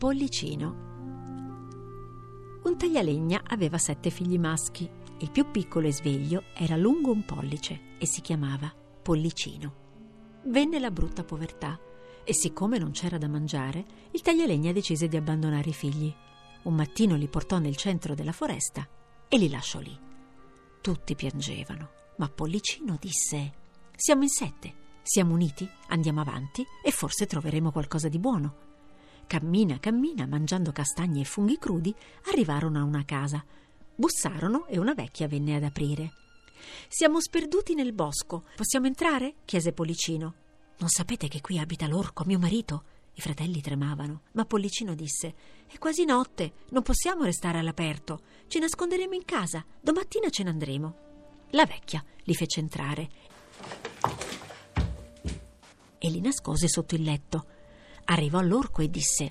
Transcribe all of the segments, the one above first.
Pollicino. Un taglialegna aveva 7 figli maschi. Il più piccolo e sveglio era lungo un pollice e si chiamava Pollicino. Venne la brutta povertà e siccome non c'era da mangiare, il taglialegna decise di abbandonare i figli. Un mattino li portò nel centro della foresta e li lasciò lì. Tutti piangevano, ma Pollicino disse: «Siamo in 7, siamo uniti, andiamo avanti e forse troveremo qualcosa di buono». Cammina, mangiando castagne e funghi crudi, arrivarono a una casa. Bussarono e una vecchia venne ad aprire. «Siamo sperduti nel bosco. Possiamo entrare?» chiese Pollicino. «Non sapete che qui abita l'orco, mio marito?» I fratelli tremavano, ma Pollicino disse: «È quasi notte, non possiamo restare all'aperto. Ci nasconderemo in casa, domattina ce ne andremo». La vecchia li fece entrare e li nascose sotto il letto. Arrivò l'orco e disse: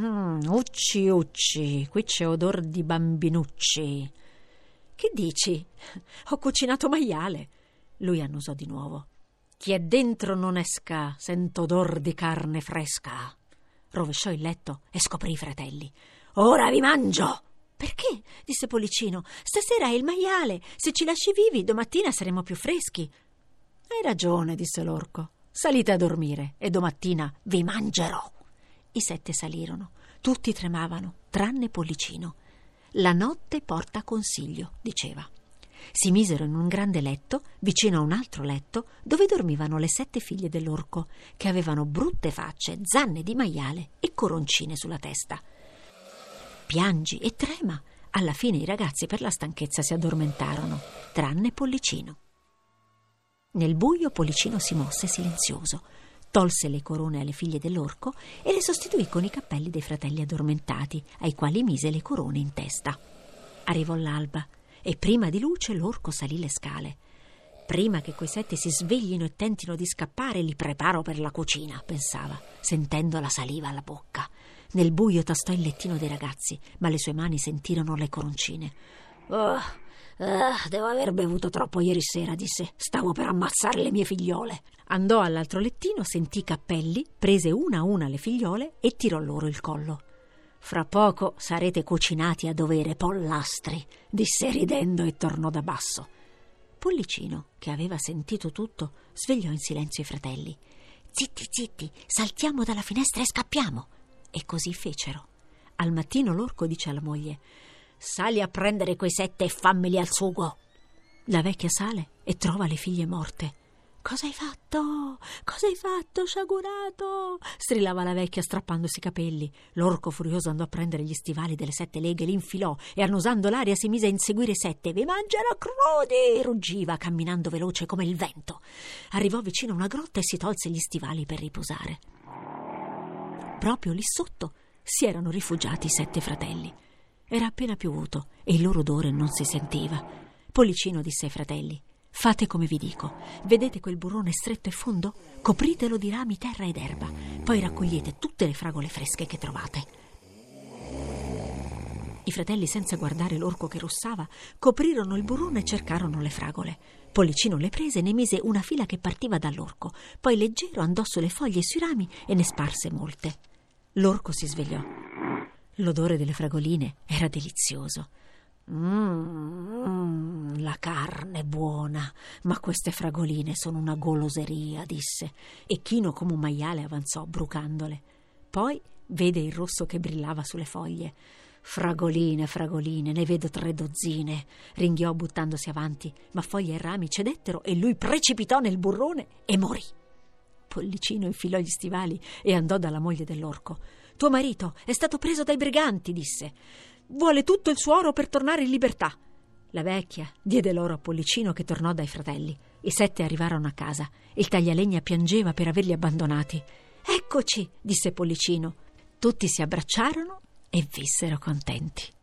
Ucci, qui c'è odor di bambinucci». «Che dici? Ho cucinato maiale». Lui annusò di nuovo. «Chi è dentro non esca, sento odor di carne fresca». Rovesciò il letto e scoprì i fratelli. «Ora vi mangio!» «Perché?» disse Pollicino. «Stasera è il maiale. Se ci lasci vivi, domattina saremo più freschi». «Hai ragione», disse l'orco. «Salite a dormire e domattina vi mangerò». I 7 salirono. Tutti tremavano, tranne Pollicino. «La notte porta consiglio», diceva. Si misero in un grande letto, vicino a un altro letto, dove dormivano le 7 figlie dell'orco, che avevano brutte facce, zanne di maiale e coroncine sulla testa. Piangi e trema. Alla fine i ragazzi per la stanchezza si addormentarono, tranne Pollicino. Nel buio Pollicino si mosse silenzioso, tolse le corone alle figlie dell'orco e le sostituì con i cappelli dei fratelli addormentati, ai quali mise le corone in testa. Arrivò l'alba e prima di luce l'orco salì le scale. «Prima che quei 7 si sveglino e tentino di scappare, li preparo per la cucina», pensava, sentendo la saliva alla bocca. Nel buio tastò il lettino dei ragazzi, ma le sue mani sentirono le coroncine. Devo aver bevuto troppo ieri sera», disse. «Stavo per ammazzare le mie figliole». Andò all'altro lettino, sentì i cappelli, prese una a una le figliole e tirò loro il collo. «Fra poco sarete cucinati a dovere, pollastri», disse ridendo e tornò da basso. Pollicino, che aveva sentito tutto, svegliò in silenzio i fratelli. Zitti, saltiamo dalla finestra e scappiamo». E così fecero. Al mattino l'orco dice alla moglie: «Sali a prendere quei 7 e fammeli al sugo». La vecchia sale e trova le figlie morte. «Cosa hai fatto? Cosa hai fatto, sciagurato?» strillava la vecchia strappandosi i capelli. L'orco furioso andò a prendere gli stivali delle 7 leghe, li infilò e annusando l'aria si mise a inseguire i 7. «Vi mangerò crudi!» ruggiva, camminando veloce come il vento. Arrivò vicino a una grotta e si tolse gli stivali per riposare. Proprio lì sotto si erano rifugiati i 7 fratelli. Era appena piovuto e il loro odore non si sentiva. Pollicino disse ai fratelli: «Fate come vi dico. Vedete quel burrone stretto e fondo? Copritelo di rami, terra ed erba. Poi raccogliete tutte le fragole fresche che trovate». I fratelli, senza guardare l'orco che russava, coprirono il burrone e cercarono le fragole. Pollicino le prese e ne mise una fila che partiva dall'orco. Poi leggero andò sulle foglie e sui rami e ne sparse molte. L'orco si svegliò. L'odore delle fragoline era delizioso. La carne è buona, ma queste fragoline sono una goloseria», disse, e chino come un maiale avanzò brucandole. Poi vede il rosso che brillava sulle foglie. «Fragoline, ne vedo 3 dozzine», ringhiò buttandosi avanti, ma foglie e rami cedettero e lui precipitò nel burrone e morì. Pollicino infilò gli stivali e andò dalla moglie dell'orco. «Tuo marito è stato preso dai briganti», disse. «Vuole tutto il suo oro per tornare in libertà». La vecchia diede l'oro a Pollicino, che tornò dai fratelli. I 7 arrivarono a casa. Il taglialegna piangeva per averli abbandonati. «Eccoci», disse Pollicino. Tutti si abbracciarono e vissero contenti.